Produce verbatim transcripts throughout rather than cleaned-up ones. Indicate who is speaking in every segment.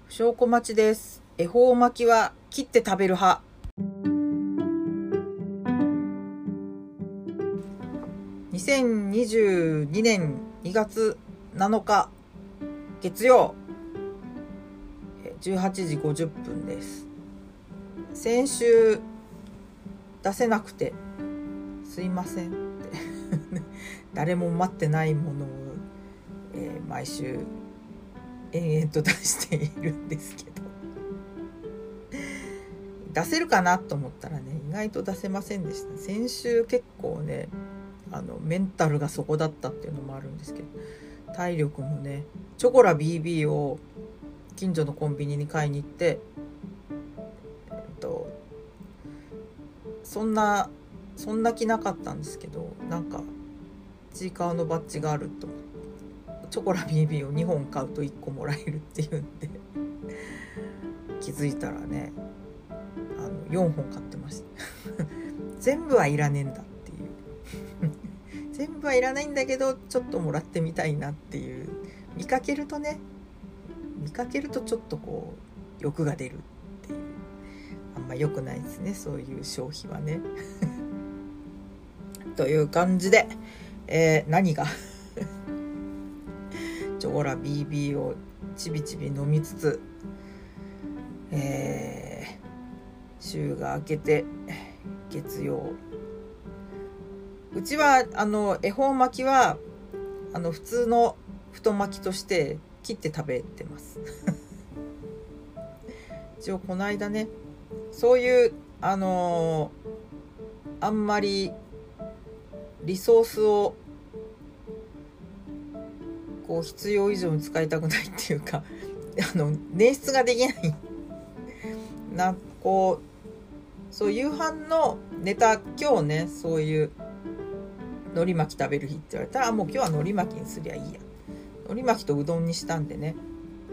Speaker 1: 証拠待ちです。恵方巻きは切って食べる派。にせんにじゅうにねんにがつなのか月曜じゅうはちじごじゅっぷんです。先週出せなくてすいませんって誰も待ってないものを、えー、毎週延々と出しているんですけど出せるかなと思ったらね、意外と出せませんでした。先週結構ねあのメンタルがそこだったっていうのもあるんですけど、体力もね、チョコラ ビービー を近所のコンビニに買いに行って、えっとそんなそんな気なかったんですけど、なんかちいかわのバッジがあると思って、チョコラ ビービー をにほん買うといっこもらえるっていうんで気づいたらね、あのよんほん買ってました全部はいらねえんだっていう全部はいらないんだけどちょっともらってみたいなっていう、見かけるとね見かけるとちょっとこう欲が出るっていう、あんま良くないですね、そういう消費はねという感じで、えー、何がチョコラ ビービー をちびちび飲みつつ、えー、週が明けて月曜、うちはあの恵方巻きはあの普通の太巻きとして切って食べてます一応この間ね、そういうあのー、あんまりリソースをこう必要以上に使いたくないっていうかあの捻出ができないな、こうそう夕飯のネタ、今日ねそういう海苔巻き食べる日って言われたら、あもう今日は海苔巻きにすりゃいいや、海苔巻きとうどんにしたんでね、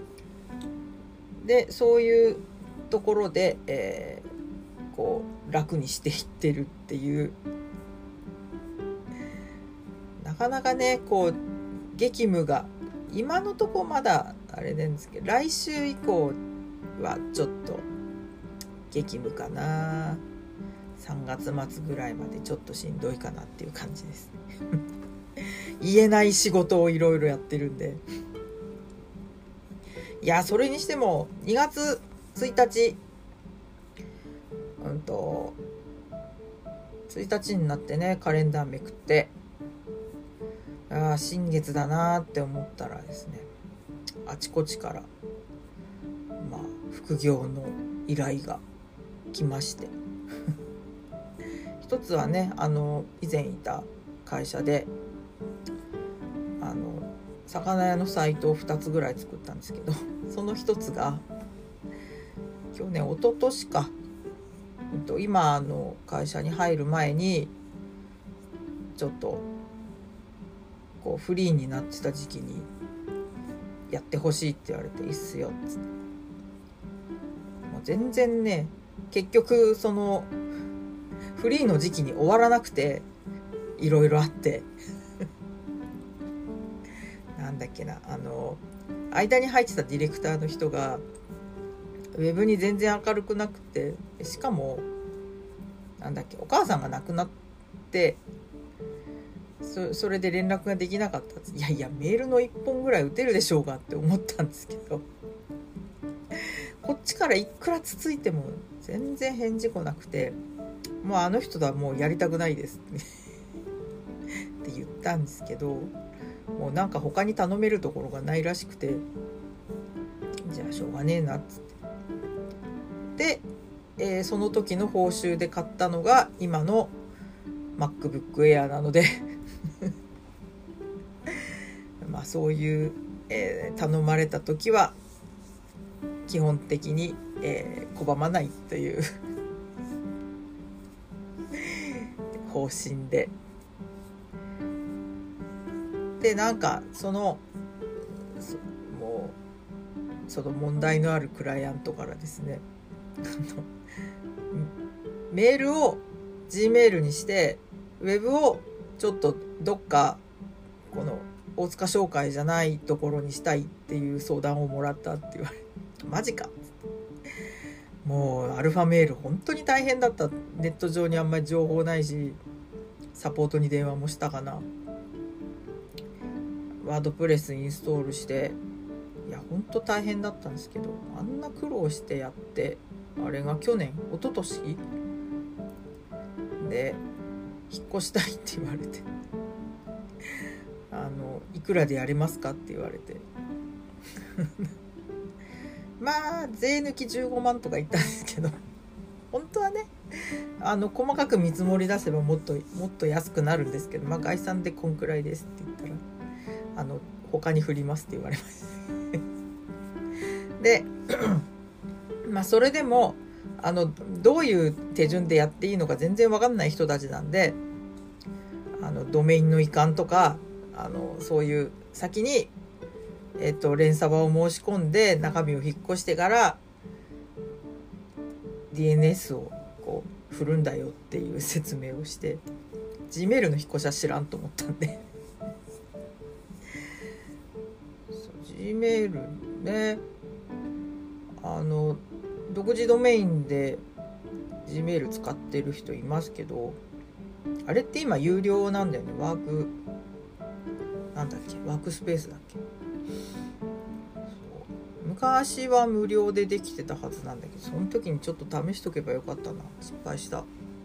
Speaker 1: でそういうところで、えー、こう楽にしていってるっていう、なかなかねこう激務が今のとこまだあれなんですけど、来週以降はちょっと激務かな、さんがつまつぐらいまでちょっとしんどいかなっていう感じです言えない仕事をいろいろやってるんで、いやそれにしてもにがつついたちうんとついたちになってね、カレンダーめくってああ新月だなって思ったらですね、あちこちからまあ副業の依頼が来まして一つはね、あの以前いた会社であの魚屋のサイトをふたつぐらい作ったんですけど、その一つが去年一昨年か、今の会社に入る前にちょっとこうフリーになってた時期にやってほしいって言われて、いいっすよっつって、もう全然ね結局そのフリーの時期に終わらなくて、いろいろあってなんだっけな、あの間に入ってたディレクターの人がウェブに全然明るくなくて、しかもなんだっけ、お母さんが亡くなってそ, それで連絡ができなかった。いやいやメールのいっぽんぐらい打てるでしょうがって思ったんですけどこっちからいくらつついても全然返事来なくて、もうあの人とはもうやりたくないですって言ったんですけど、もうなんか他に頼めるところがないらしくて、じゃあしょうがねえなっつってで、えー、その時の報酬で買ったのが今の MacBook Air なのでまあそういう、えー、頼まれた時は基本的に、えー、拒まないという方針で、でなんかそのそもうその問題のあるクライアントからですねメールを Gmail にしてウェブをちょっとどっかこの大塚商会じゃないところにしたいっていう相談をもらったって言われマジか。もうアルファメール本当に大変だった。ネット上にあんまり情報ないし、サポートに電話もしたかな。ワードプレスインストールして、いや本当大変だったんですけど、あんな苦労してやって、あれが去年一昨年で引っ越したいって言われてあのいくらでやれますかって言われてまあ税抜きじゅうごまんとか言ったんですけど、本当はね、あの細かく見積もり出せばもっともっと安くなるんですけど、まあ概算でこんくらいですって言ったら、あの他に振りますって言われましたでまあそれでもあのどういう手順でやっていいのか全然わかんない人たちなんで、あのドメインの移管とか、あのそういう先にえっと連鎖場を申し込んで中身を引っ越してから ディーエヌエス をこう振るんだよっていう説明をして、 Gmail の引っ越しは知らんと思ったんでGmail ね、あの独自ドメインで Gmail 使ってる人いますけど、あれって今有料なんだよね。ワークなんだっけ、ワークスペースだっけ。昔は無料でできてたはずなんだけど、その時にちょっと試しとけばよかったな。失敗した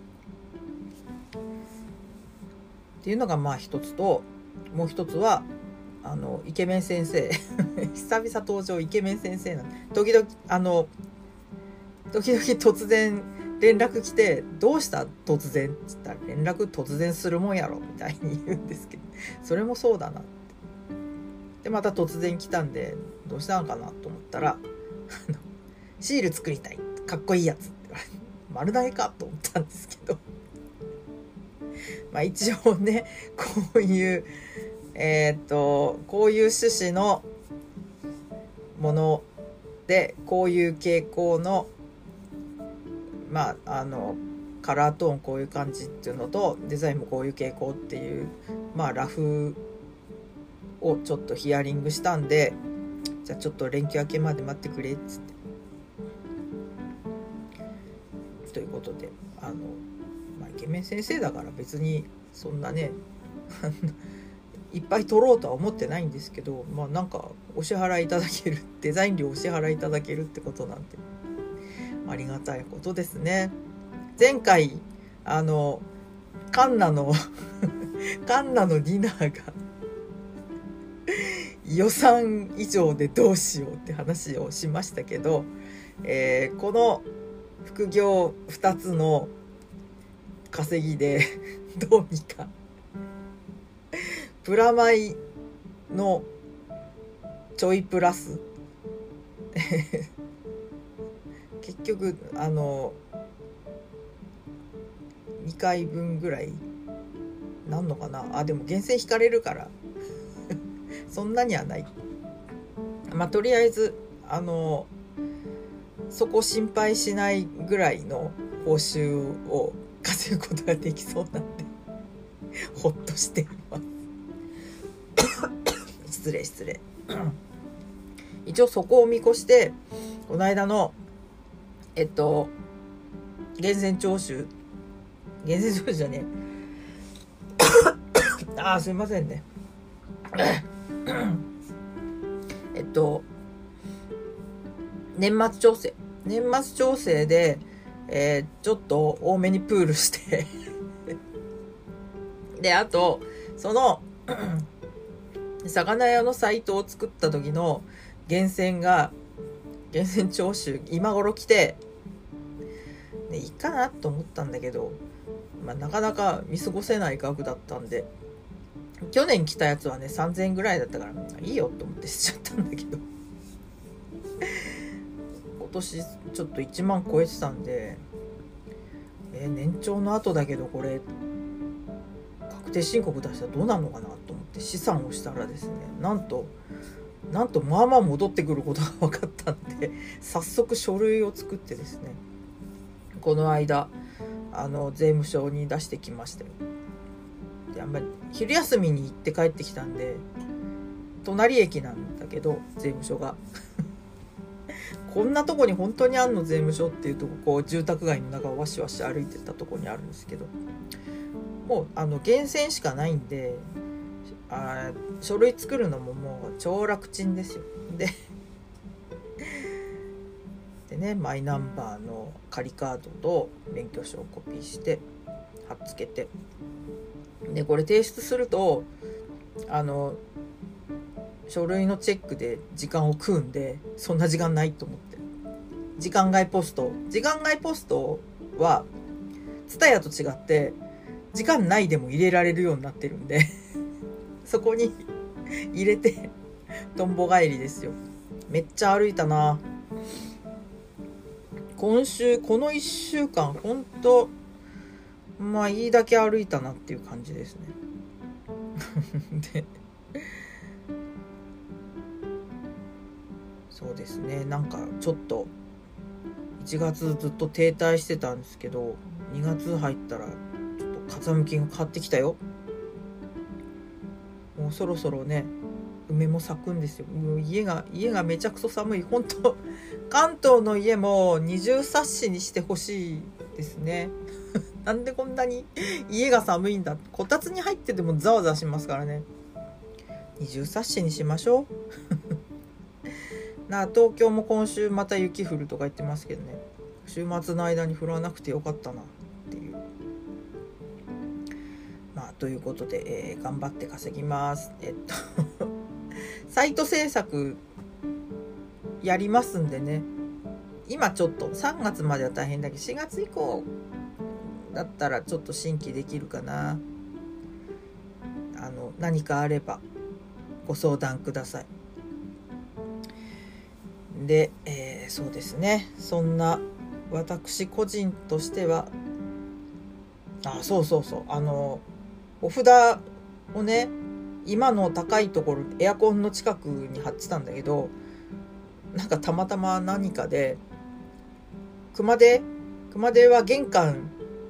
Speaker 1: っていうのがまあ一つと、もう一つはあのイケメン先生久々登場イケメン先生なんで、時々あの時々突然連絡来て、どうした突然って言ったら、連絡突然するもんやろみたいに言うんですけど、それもそうだなって。でまた突然来たんで、どうしたのかなと思ったらシール作りたい、かっこいいやつって言われて、丸投げかと思ったんですけどまあ一応ね、こういうえっとこういう趣旨のもので、こういう傾向のまああのカラートーンこういう感じっていうのと、デザインもこういう傾向っていう、まあラフをちょっとヒアリングしたんで、じゃあちょっと連休明けまで待ってくれっつってということで、あの、まあ、イケメン先生だから別にそんなねいっぱい取ろうとは思ってないんですけど、まあなんかお支払いいただける、デザイン料お支払いいただけるってことなんでありがたいことですね。前回あのカンナのカンナのディナーが予算以上でどうしようって話をしましたけど、えー、この副業ふたつの稼ぎでどうにかプラマイのちょいプラス結局あのにかいぶんぐらいなんのかなあ。でも源泉引かれるからそんなにはない。まあとりあえずあのそこ心配しないぐらいの報酬を稼ぐことができそうなんでほっとしています失礼失礼一応そこを見越して、この間のえっと源泉徴収源泉徴収じゃねえあーすいませんねえっと年末調整年末調整で、えー、ちょっと多めにプールしてであとその魚屋のサイトを作った時の源泉が源泉徴収今頃来て、ね、いいかなと思ったんだけど、まあ、なかなか見過ごせない額だったんで、去年来たやつはねさんぜんえんぐらいだったからいいよと思ってしちゃったんだけど今年ちょっといちまん超えてたんで、えー、年長の後だけどこれ確定申告出したらどうなるのかなと思って試算をしたらですね、なんとなんとまあまあ戻ってくることが分かったんで、早速書類を作ってですね、この間あの税務署に出してきましたよ。であんまり昼休みに行って帰ってきたんで、隣駅なんだけど税務署がこんなとこに本当にあんの税務署っていうとこ、こう住宅街の中をわしわし歩いてたとこにあるんですけど、もうあの厳選しかないんで、あ書類作るのももう超楽ちんですよ。ででね、マイナンバーの仮カードと免許証をコピーして貼っつけて、でこれ提出するとあの書類のチェックで時間を食うんで、そんな時間ないと思って、時間外ポスト時間外ポストはTSUTAYAと違って時間内でも入れられるようになってるんでそこに入れてとんぼ帰りですよ。めっちゃ歩いたな今週。このいっしゅうかんほんとまあいいだけ歩いたなっていう感じですねでそうですね、なんかちょっといちがつずっと停滞してたんですけど、にがつ入ったらちょっと風向きが変わってきたよ。もうそろそろね梅も咲くんですよ。もう家が家がめちゃくそ寒い。本当関東の家も二重サッシにしてほしいですねなんでこんなに家が寒いんだ。こたつに入っててもざわざわしますからね。二重サッシにしましょうなあ、東京も今週また雪降るとか言ってますけどね、週末の間に降らなくてよかったなっていう。まあということで、えー、頑張って稼ぎます。えっとサイト制作やりますんでね、今ちょっとさんがつまでは大変だけどしがつ以降だったらちょっと新規できるかな。あの何かあればご相談ください。で、えー、そうですね、そんな私個人としては、あ、そうそうそう、あのお札をね今の高いところエアコンの近くに貼ってたんだけど、なんかたまたま何かで熊手熊手は玄関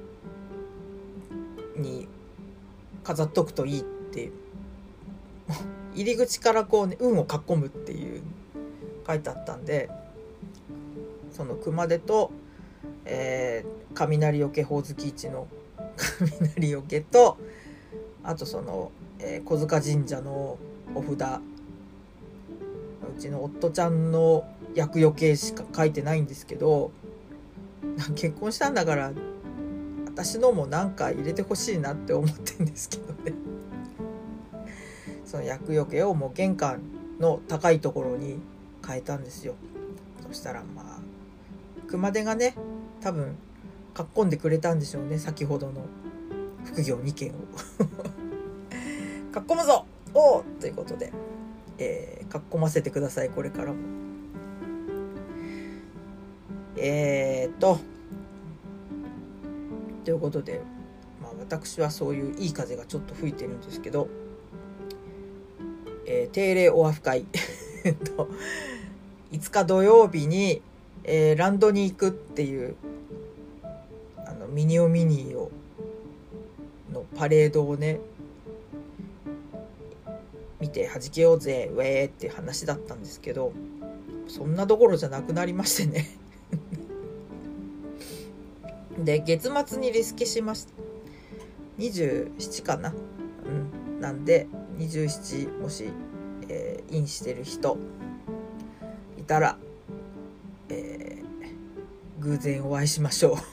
Speaker 1: に飾っとくといいって入り口からこうね運を囲むっていう書いてあったんで、その熊手と、えー、雷よけほおずき市の雷よけと、あとその、えー、小塚神社のお札、うちの夫ちゃんの厄除けしか書いてないんですけど、結婚したんだから私のもなんか入れてほしいなって思ってるんですけどねその厄除けをもう玄関の高いところに変えたんですよ。そしたらまあ熊手がね多分かっこんでくれたんでしょうね、先ほどの副業にけんをかっこむぞおーということで、えー、かっこませてくださいこれからも。えーっとということで、まあ、私はそういういい風がちょっと吹いてるんですけど、えー、定例オアフ会いつか土曜日に、えー、ランドに行くっていうあのミニオミニオのパレードをね見て弾けようぜウェーっていう話だったんですけど、そんなどころじゃなくなりましてねで月末にリスケしました。にじゅうしちかな、うん、なんでにじゅうしちもし、えー、インしてる人いたら、えー、偶然お会いしましょう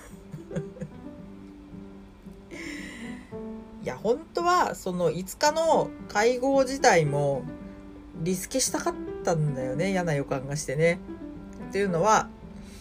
Speaker 1: いや本当はそのいつかの会合自体もリスケしたかったんだよね、嫌な予感がしてね。っていうのは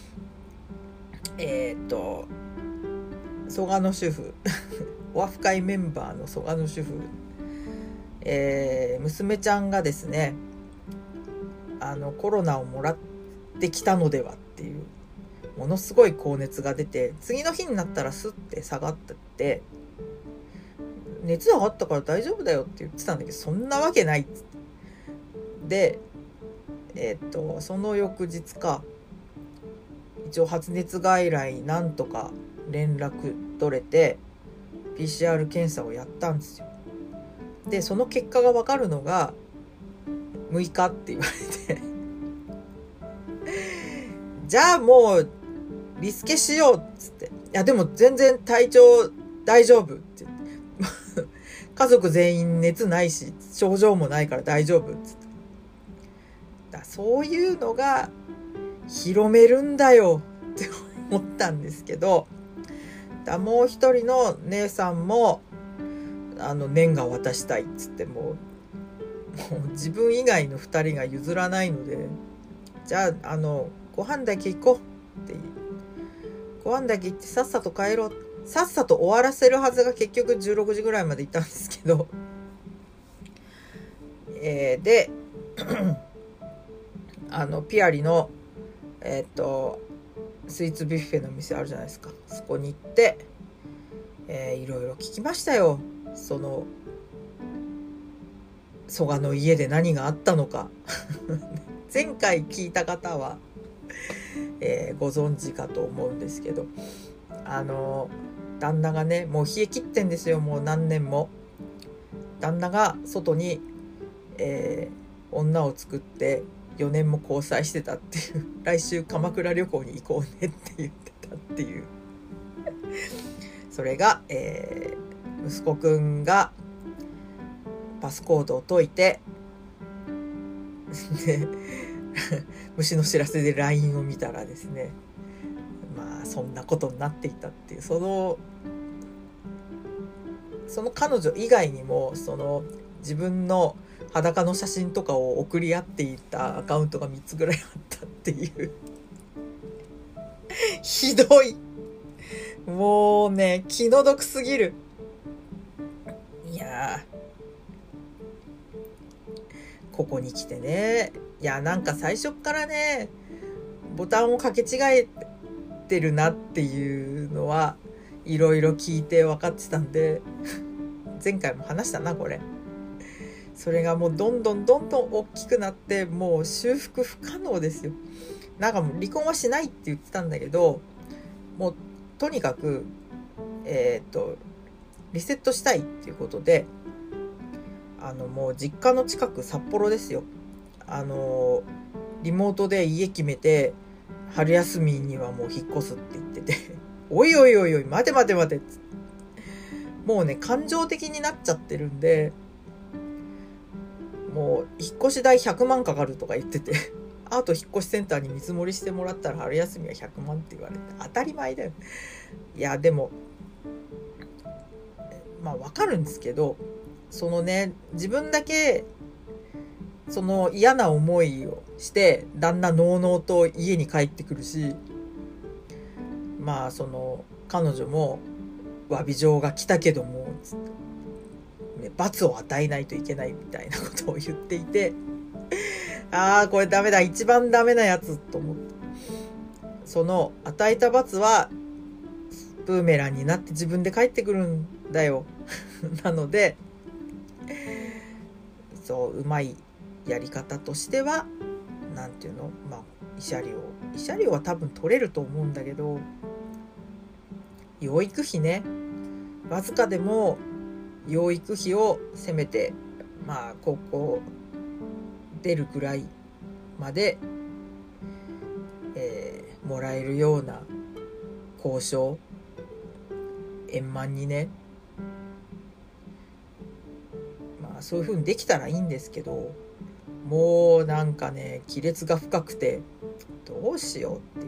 Speaker 1: えー、っと蘇我の主婦オアフ会メンバーの蘇我の主婦、えー、娘ちゃんがですねあのコロナをもらってきたのではっていうものすごい高熱が出て、次の日になったらスッて下がってって、熱上がったから大丈夫だよって言ってたんだけど、そんなわけないっつってで、えー、っとその翌日か一応発熱外来なんとか連絡取れて ピーシーアール 検査をやったんですよ。でその結果が分かるのがむいかって言われてじゃあもうリスケしようっつって、いやでも全然体調大丈夫って家族全員熱ないし症状もないから大丈夫っつって、だそういうのが広めるんだよって思ったんですけど、だもう一人の姉さんもあの年賀渡したいっつってもう、もう自分以外の二人が譲らないので、じゃああのご飯だけ行こうってご飯だけ行ってさっさと帰ろう、さっさと終わらせるはずが結局じゅうろくじぐらいまでいたんですけど、えー、であのピアリのえー、っとスイーツビュッフェの店あるじゃないですか、そこに行って、えー、いろいろ聞きましたよ。その蘇我の家で何があったのか前回聞いた方は、えー、ご存知かと思うんですけど、あの旦那がねもう冷え切ってんですよ。もう何年も旦那が外に、えー、女を作ってよねんも交際してたっていう、来週鎌倉旅行に行こうねって言ってたっていうそれが、えー、息子くんがパスコードを解いてで虫の知らせで ライン を見たらですね、まあそんなことになっていたっていう、そのその彼女以外にもその自分の裸の写真とかを送り合っていたアカウントがみっつぐらいあったっていうひどい、もうね気の毒すぎる。いやここに来てね、いやなんか最初からねボタンを掛け違えてるなっていうのはいろいろ聞いて分かってたんで前回も話したなこれ。それがもうどんどんどんどん大きくなってもう修復不可能ですよ。なんかもう離婚はしないって言ってたんだけど、もうとにかくえっとリセットしたいっていうことで、あのもう実家の近く札幌ですよ。あのリモートで家決めて春休みにはもう引っ越すって言ってておいおいおいおい待て待て待てっつって、もうね感情的になっちゃってるんで、もう引っ越し代ひゃくまんかかるとか言っててあと引っ越しセンターに見積もりしてもらったら春休みはひゃくまんって言われて当たり前だよ。いやでもまあわかるんですけど、そのね自分だけその嫌な思いをして旦那のうのうと家に帰ってくるし、まあその彼女も詫び状が来たけどもつって、ね、罰を与えないといけないみたいなことを言っていてああこれダメだ、一番ダメなやつと思って、その与えた罰はブーメランになって自分で帰ってくるんだよなのでそううまいやり方としてはなんていうの、まあ慰謝料慰謝料は多分取れると思うんだけど、養育費ね、わずかでも養育費をせめてまあ高校出るくらいまで、えー、もらえるような交渉円満にね、まあそういう風にできたらいいんですけど、もうなんかね亀裂が深くてどうしようって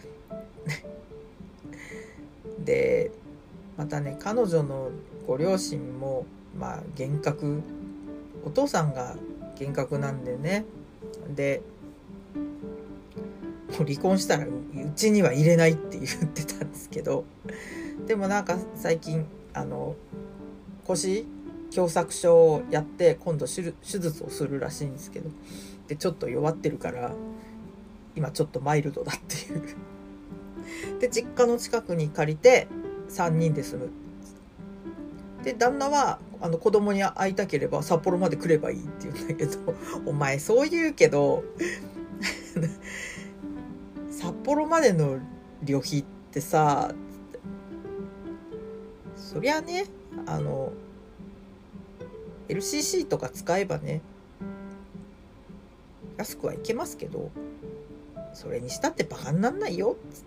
Speaker 1: いうでまたね彼女のご両親もまあ厳格、お父さんが厳格なんでね、でもう離婚したらうちには入れないって言ってたんですけど、でもなんか最近あの腰狭窄症をやって今度手術をするらしいんですけど、でちょっと弱ってるから今ちょっとマイルドだっていうで実家の近くに借りてさんにんで住む。で旦那はあの子供に会いたければ札幌まで来ればいいって言うんだけどお前そう言うけど札幌までの旅費ってさ、そりゃねあの エルシーシー とか使えばね安くはいけますけど、 それにしたってバカになんないよっつって。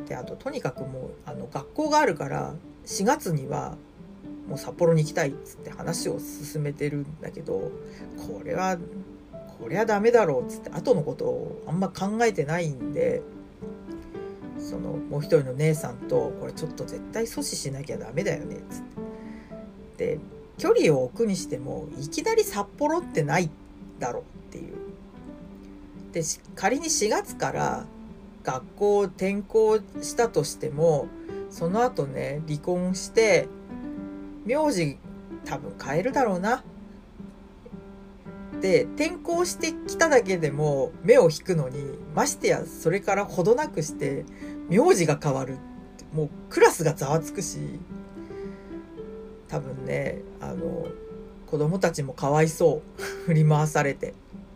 Speaker 1: であととにかくもうあの学校があるからしがつにはもう札幌に行きたいっつって話を進めてるんだけど、これはこれはダメだろうっつって後のことをあんま考えてないんで、そのもう一人の姉さんとこれちょっと絶対阻止しなきゃダメだよねっつって。で距離を置くにしてもいきなり札幌ってないだろうっていう。で仮にしがつから学校を転校したとしても、その後ね離婚して名字多分変えるだろうな。で転校してきただけでも目を引くのに、ましてやそれからほどなくして名字が変わるって、もうクラスがざわつくし、多分ねあの子供たちもかわいそう振り回されて。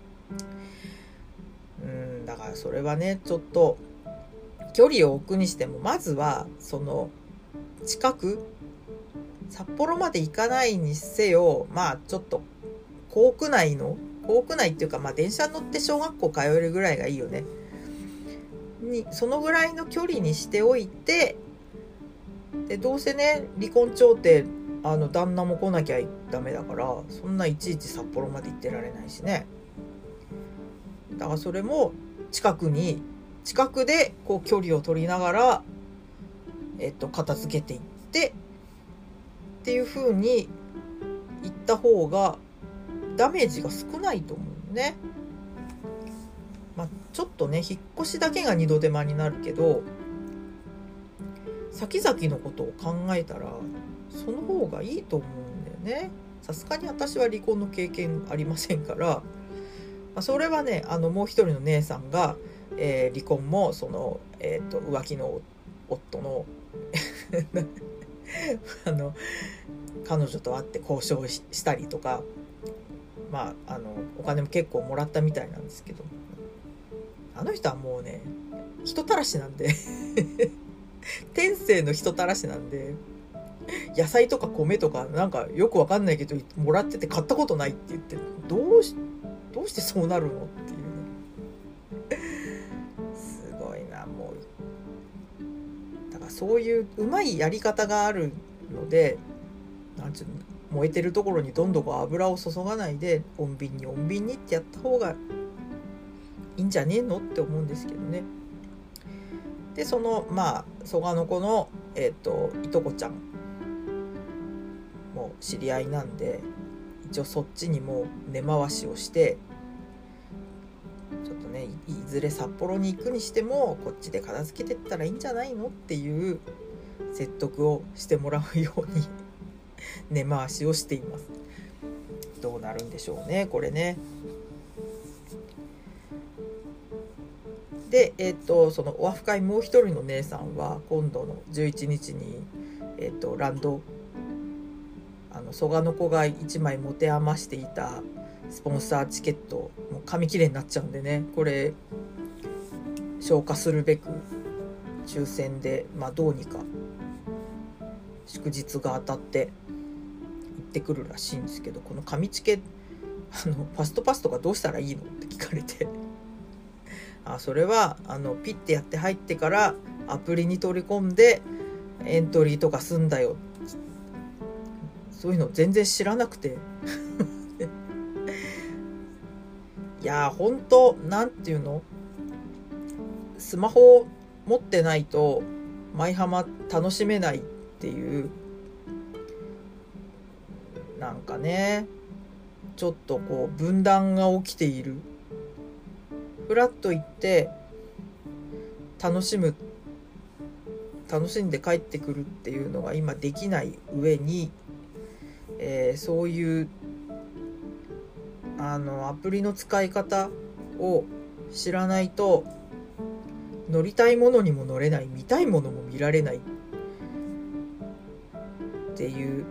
Speaker 1: うんだからそれはねちょっと距離を置くにしても、まずはその近く札幌まで行かないにせよ、まあちょっと校区内の校区内っていうか、まあ電車乗って小学校通えるぐらいがいいよねに、そのぐらいの距離にしておいて、でどうせね離婚調停あの旦那も来なきゃダメだから、そんないちいち札幌まで行ってられないしね。だからそれも近くに近くでこう距離を取りながら、えっと、片付けていってっていう風に言った方がダメージが少ないと思うね。まあ、ちょっとね引っ越しだけが二度手間になるけど、先々のことを考えたらその方がいいと思うんだよね。さすがに私は離婚の経験ありませんから、まあ、それはねあのもう一人の姉さんが、えー、離婚もその、えー、と浮気の夫のあの彼女と会って交渉したりとか、まあ、あのお金も結構もらったみたいなんですけど、あの人はもうね人たらしなんで天性の人たらしなんで、野菜とか米とかなんかよくわかんないけどもらってて買ったことないって言って、どうしどうしてそうなるのっていうねすごいな。もうだからそういううまいやり方があるので、なんちゅうの、燃えてるところにどんどん油を注がないで穏便に穏便にってやった方がいいんじゃねえのって思うんですけどね。でそのまあ蘇我の子の、えー、といとこちゃんも知り合いなんで、一応そっちにも根回しをして、ちょっとね い, いずれ札幌に行くにしてもこっちで片付けてったらいいんじゃないのっていう説得をしてもらうように根回しをしています。どうなるんでしょうねこれね。で、えー、とそのオアフ会もう一人の姉さんは今度のじゅういちにちに、えー、とランドあの蘇我の子がいちまい持て余していたスポンサーチケットもう紙切れになっちゃうんでね、これ消化するべく抽選で、まあ、どうにか祝日が当たって行ってくるらしいんですけど、この紙チケあのファストパスとかどうしたらいいのって聞かれてあそれはあのピッてやって入ってからアプリに取り込んでエントリーとかすんだよ、そういうの全然知らなくていやーほんとなんていうの、スマホを持ってないと舞浜楽しめないっていう、なんかねちょっとこう分断が起きている。フラッと行って楽しむ楽しんで帰ってくるっていうのが今できない上に、えー、そういうあのアプリの使い方を知らないと乗りたいものにも乗れない、見たいものも見られないっていう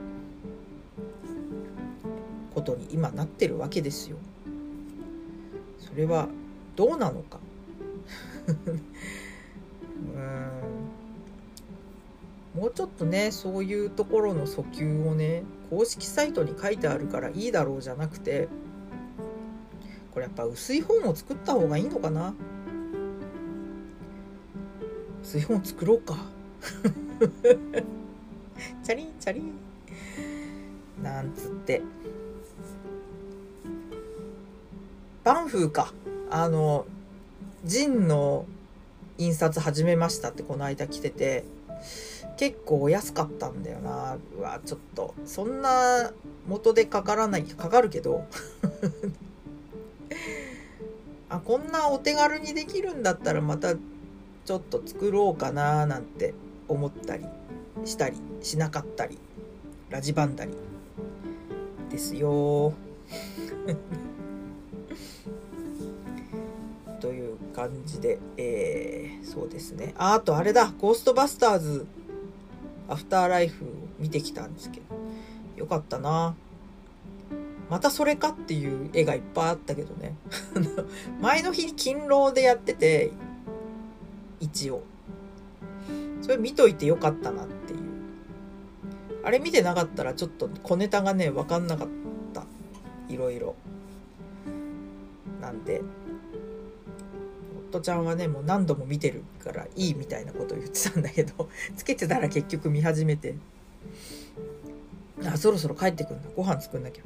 Speaker 1: ことに今なってるわけですよ。それはどうなのかうーんもうちょっとねそういうところの訴求をね公式サイトに書いてあるからいいだろうじゃなくて、これやっぱ薄い本を作った方がいいのかな。薄い本作ろうかチャリンチャリンなんつって、バンフーか、あのジンの印刷始めましたってこの間来てて、結構安かったんだよな。うわちょっとそんな元でかからない、かかるけどあ、こんなお手軽にできるんだったらまたちょっと作ろうかななんて思ったりしたりしなかったり、ラジバンダリですよという感じで、えー、そうですね。あ、あとあれだ、ゴーストバスターズアフターライフを見てきたんですけど、よかったな。またそれかっていう絵がいっぱいあったけどね前の日勤労でやってて、一応それ見といてよかったなっていう。あれ見てなかったらちょっと小ネタがね分かんなかった、いろいろ。なんで夫ちゃんはねもう何度も見てるからいいみたいなことを言ってたんだけどつけてたら結局見始めて、あ、そろそろ帰ってくるんだ、ご飯作んなきゃ。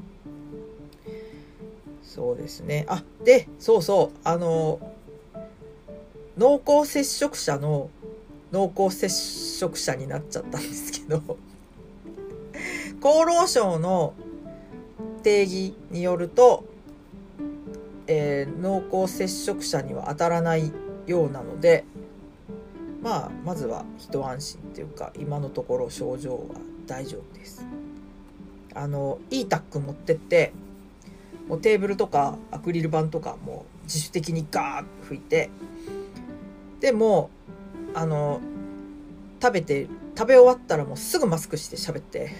Speaker 1: そうですね。あ、でそうそう、あの濃厚接触者の濃厚接触者になっちゃったんですけど厚労省の定義によると、えー、濃厚接触者には当たらないようなので、まあまずは一安心っていうか、今のところ症状は大丈夫です。あの イータック 持ってって、もうテーブルとかアクリル板とかもう自主的にガーッと拭いて、でもあの食べて食べ終わったらもうすぐマスクして喋って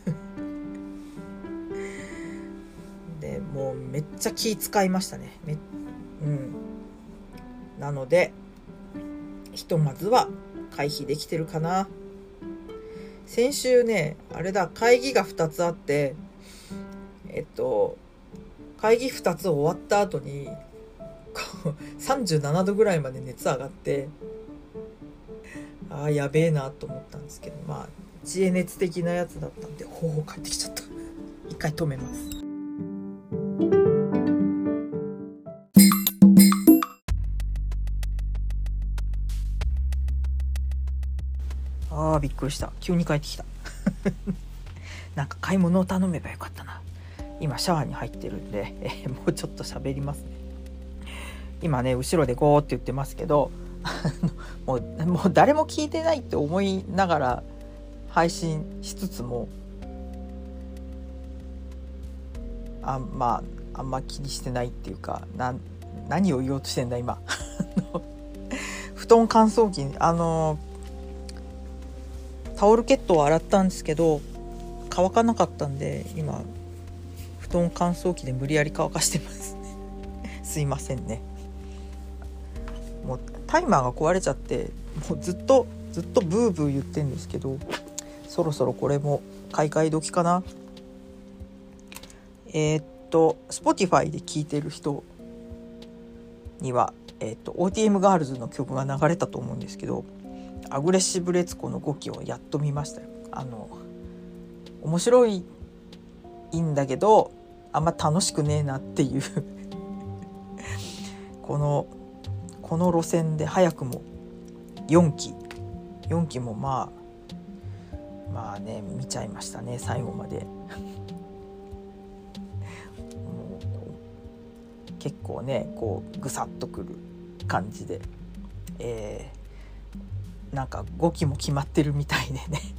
Speaker 1: でもうめっちゃ気使いましたね。め、うん、なのでひとまずは回避できてるかな。先週ねあれだ、会議がふたつあって、えっと会議ふたつ終わった後にさんじゅうななどぐらいまで熱上がって、あーやべえなと思ったんですけど、まあ知恵熱的なやつだったんで、ほうほう帰ってきちゃった。一回止めます。あーびっくりした、急に帰ってきたなんか買い物を頼めばよかったな。今シャワーに入ってるんで、えー、もうちょっと喋りますね。今ね後ろでゴーって言ってますけどもう、もう誰も聞いてないって思いながら配信しつつも、あまああんま気にしてないっていうか、な何を言おうとしてんだ今布団乾燥機、あのタオルケットを洗ったんですけど乾かなかったんで、今布団乾燥機で無理やり乾かしてますすいませんね。もうタイマーが壊れちゃって、もうずっとずっとブーブー言ってんですけど、そろそろこれも買い替え時かな。えー、っと Spotify で聴いてる人には、えー、っと オーティーエム ガールズの曲が流れたと思うんですけど、アグレッシブレツコのごきをやっと見ましたよ。あの面白いんだけどあんま楽しくねえなっていうこのこの路線で早くもよんきよんきもまあまあね見ちゃいましたね、最後までもう結構ねこうぐさっとくる感じで、えー、なんかごきも決まってるみたいでね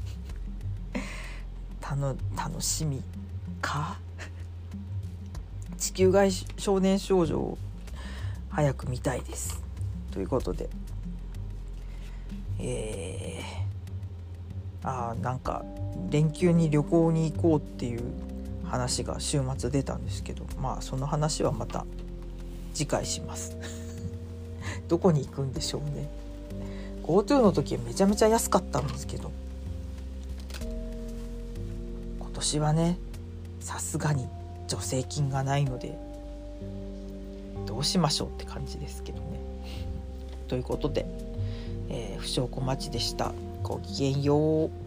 Speaker 1: たの楽しみか地球外少年少女を早く見たいですということで、えー、あーなんか連休に旅行に行こうっていう話が週末出たんですけど、まあその話はまた次回しますどこに行くんでしょうね。 GoTo の時はめちゃめちゃ安かったんですけど、今年はねさすがに助成金がないのでどうしましょうって感じですけどね。ということで、えー、不祥小町でした。ごきげんよう。